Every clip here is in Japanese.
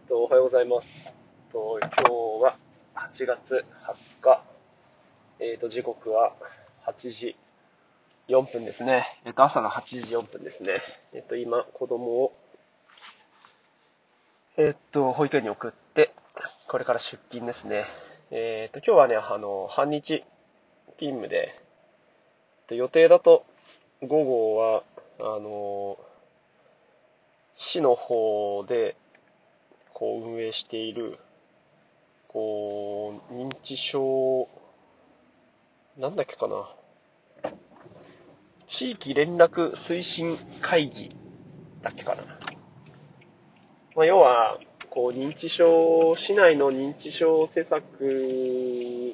おはようございます。今日は8月20日。時刻は8時4分ですね。朝の8時4分ですね。今、子供を、保育園に送って、これから出勤ですね。今日はね、半日勤務で、予定だと午後は、市の方で、運営している、認知症、なんだっけかな。地域連絡推進会議だっけかな。要は、認知症、市内の認知症施策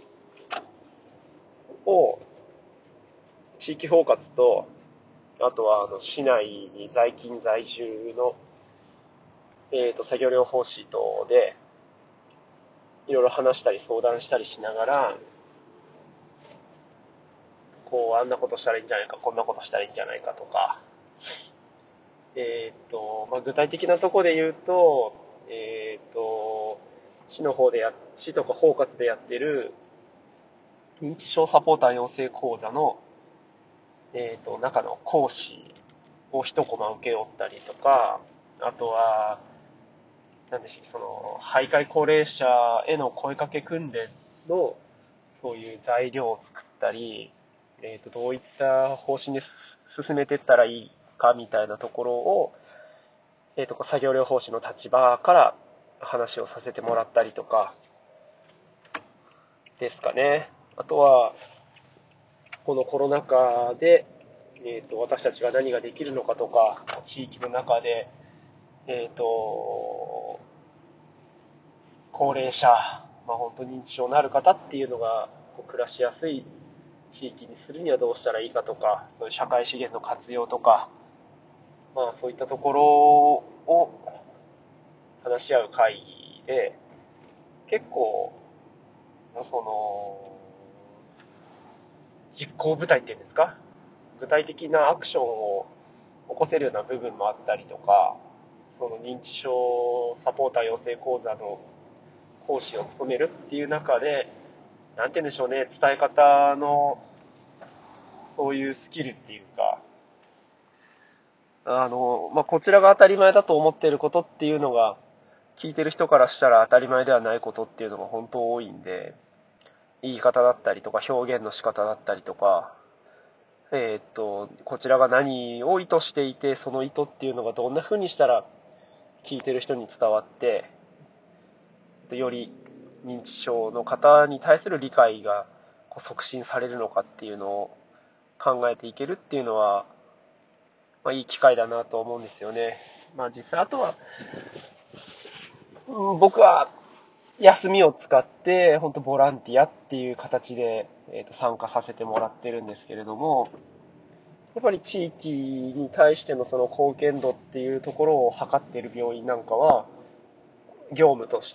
を地域包括と、あとは市内に在勤在住の、作業療法士とで、いろいろ話したり相談したりしながら、あんなことしたらいいんじゃないか、こんなことしたらいいんじゃないかとか、具体的なところで言うと、市の方で市とか包括でやってる認知症サポーター養成講座の、中の講師を一コマ受け負ったりとか、あとは、なんでしょう、徘徊高齢者への声かけ訓練の、そういう材料を作ったり、どういった方針で進めていったらいいかみたいなところを、作業療法士の立場から話をさせてもらったりとかですかね。あとは、このコロナ禍で、私たちが何ができるのかとか、地域の中で、高齢者、本当に認知症のある方っていうのが暮らしやすい地域にするにはどうしたらいいかとか、そういう社会資源の活用とか、そういったところを話し合う会議で、結構、実行部隊っていうんですか、具体的なアクションを起こせるような部分もあったりとか、その認知症サポーター養成講座の講師を務めるっていう中で、なんて言うんでしょうね、伝え方のそういうスキルっていうか、こちらが当たり前だと思っていることっていうのが、聞いてる人からしたら当たり前ではないことっていうのが本当多いんで、言い方だったりとか表現の仕方だったりとか、こちらが何を意図していて、その意図っていうのがどんな風にしたら聞いてる人に伝わって、より認知症の方に対する理解が促進されるのかっていうのを考えていけるっていうのは、いい機会だなと思うんですよね。実際あとは、僕は休みを使って、本当ボランティアっていう形で、参加させてもらってるんですけれども、やっぱり地域に対してのその貢献度っていうところを測っている病院なんかは、業務として、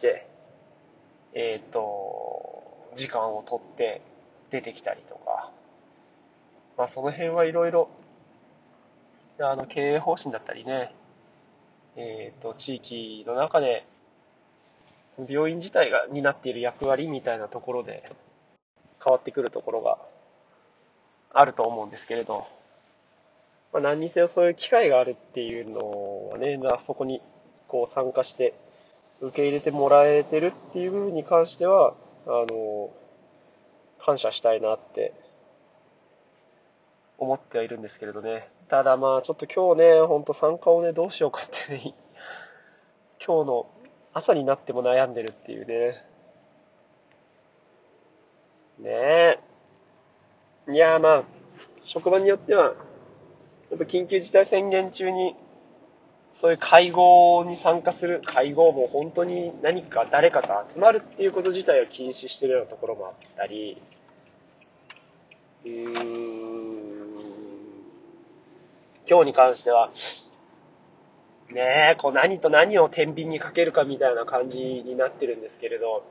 時間を取って出てきたりとか、その辺はいろいろ、経営方針だったりね、地域の中で、病院自体が担っている役割みたいなところで変わってくるところがあると思うんですけれど、何にせよそういう機会があるっていうのはね、そこに参加して受け入れてもらえてるっていう部分に関しては、感謝したいなって思ってはいるんですけれどね。ただちょっと今日ね、ほんと参加をね、どうしようかってね、今日の朝になっても悩んでるっていうね。ねえ。いや職場によっては、やっぱ緊急事態宣言中に、そういう会合に参加する、会合も本当に何か誰かと集まるっていうこと自体を禁止してるようなところもあったり、今日に関しては、ねえ、何と何を天秤にかけるかみたいな感じになってるんですけれど、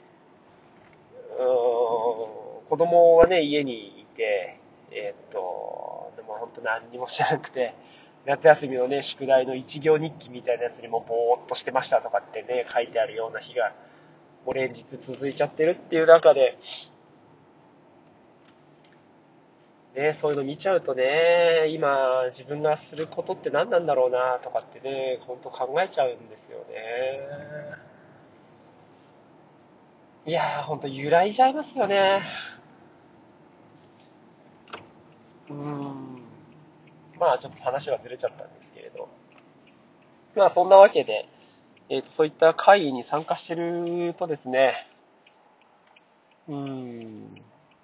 子供はね、家にいて、でも本当何にもしなくて、 夏休みのね、宿題の一行日記みたいなやつにもぼーっとしてましたとかってね、書いてあるような日が、もう連日続いちゃってるっていう中で、ね、そういうの見ちゃうとね、今自分がすることって何なんだろうなとかってね、ほんと考えちゃうんですよね。いやー、ほんと揺らいじゃいますよね。まあちょっと話はずれちゃったんですけれど。まあそんなわけで、そういった会議に参加してるとですね、うーん、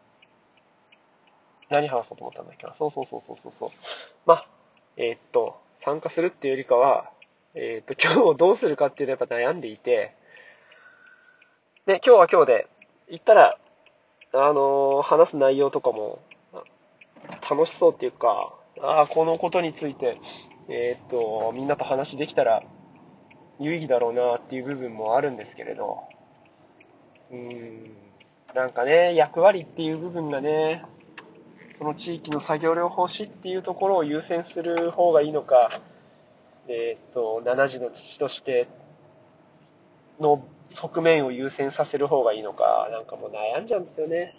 何話そうと思ったんだっけな。そう。まあ、参加するっていうよりかは、今日どうするかっていうのはやっぱ悩んでいて、で、今日は今日で、言ったら、話す内容とかも楽しそうっていうか、このことについて、みんなと話できたら有意義だろうなっていう部分もあるんですけれど、なんかね、役割っていう部分がね、その地域の作業療法士っていうところを優先する方がいいのか、7時の父としての側面を優先させる方がいいのか、なんかもう悩んじゃうんですよね。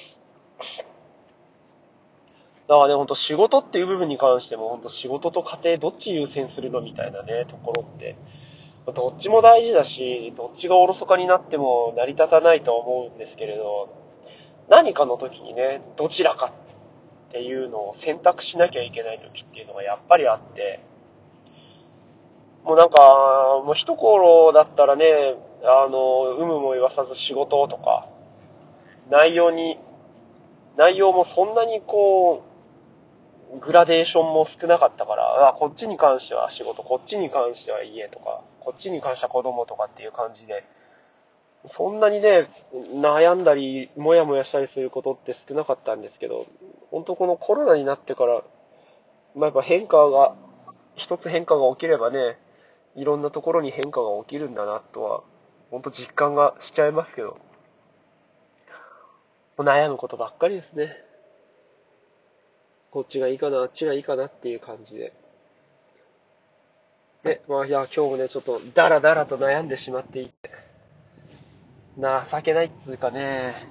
だからね、ほんと仕事っていう部分に関しても、ほんと仕事と家庭どっち優先するのみたいなね、ところって、どっちも大事だし、どっちがおろそかになっても成り立たないと思うんですけれど、何かの時にね、どちらかっていうのを選択しなきゃいけない時っていうのがやっぱりあって、もうなんか、もう一頃だったらね、有無も言わさず仕事とか、内容に、内容もそんなにこう、グラデーションも少なかったから、こっちに関しては仕事、こっちに関しては家とか、こっちに関しては子供とかっていう感じで、そんなにね、悩んだり、もやもやしたりすることって少なかったんですけど、本当このコロナになってから、やっぱ一つ変化が起きればね、いろんなところに変化が起きるんだなとは、本当実感がしちゃいますけど、悩むことばっかりですね。こっちがいいかな、あっちがいいかなっていう感じで。で、まあいや、今日もね、ちょっとダラダラと悩んでしまっていて、情けないっつうかね、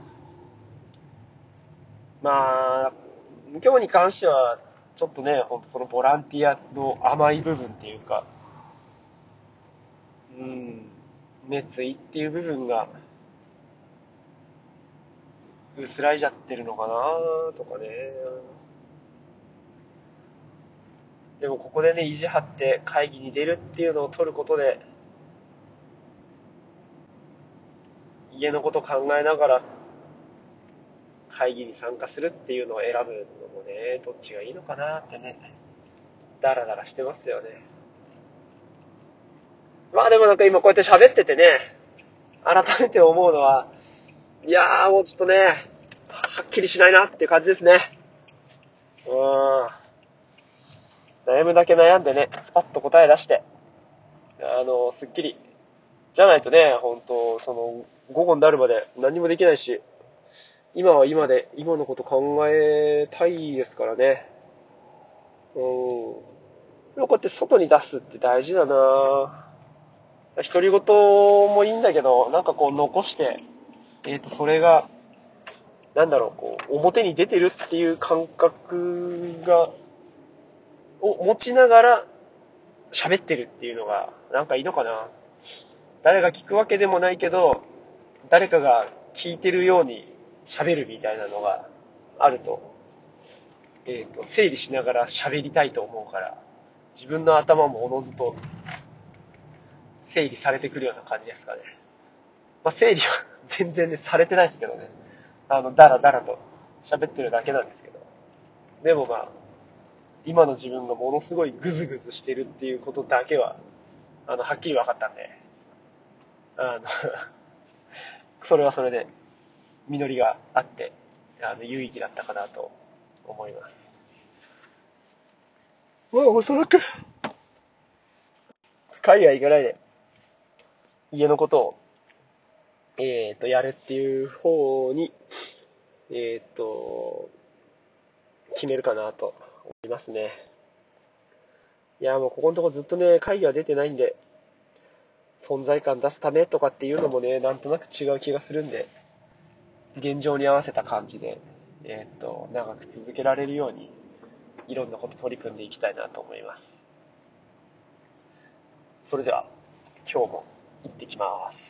まあ、今日に関しては、ちょっとね、ほんとそのボランティアの甘い部分っていうか、うん、熱意っていう部分が薄らいじゃってるのかなとかね。でもここでね、意地張って会議に出るっていうのを取ることで、家のこと考えながら会議に参加するっていうのを選ぶのもね、どっちがいいのかなってね、ダラダラしてますよね。まあでもなんか今こうやって喋っててね、改めて思うのは、いやーもうちょっとね、はっきりしないなっていう感じですね。悩むだけ悩んでね、スパッと答え出して、すっきり。じゃないとね、本当午後になるまで何もできないし、今は今で、今のこと考えたいですからね。うん。でもこうやって外に出すって大事だな独り言もいいんだけど、なんかこう残して、それが、なんだろう、こう、表に出てるっていう感覚を持ちながら喋ってるっていうのが、なんかいいのかな。誰が聞くわけでもないけど、誰かが聞いてるように喋るみたいなのがあると、整理しながら喋りたいと思うから、自分の頭もおのずと整理されてくるような感じですかね。まあ、整理は全然ね、されてないですけどね。だらだらと喋ってるだけなんですけど。でもまあ、今の自分がものすごいグズグズしてるっていうことだけは、はっきり分かったんで、あのそれはそれで、実りがあって、有意義だったかなと思います。まあ、おそらく、海外行かないで、家のことを、やるっていう方に、えっと、決めるかなと思いますね。 いや、もうここのとこずっとね、会議は出てないんで、存在感出すためとかっていうのもね、なんとなく違う気がするんで、現状に合わせた感じで、長く続けられるように、いろんなこと取り組んでいきたいなと思います。それでは、今日も行ってきます。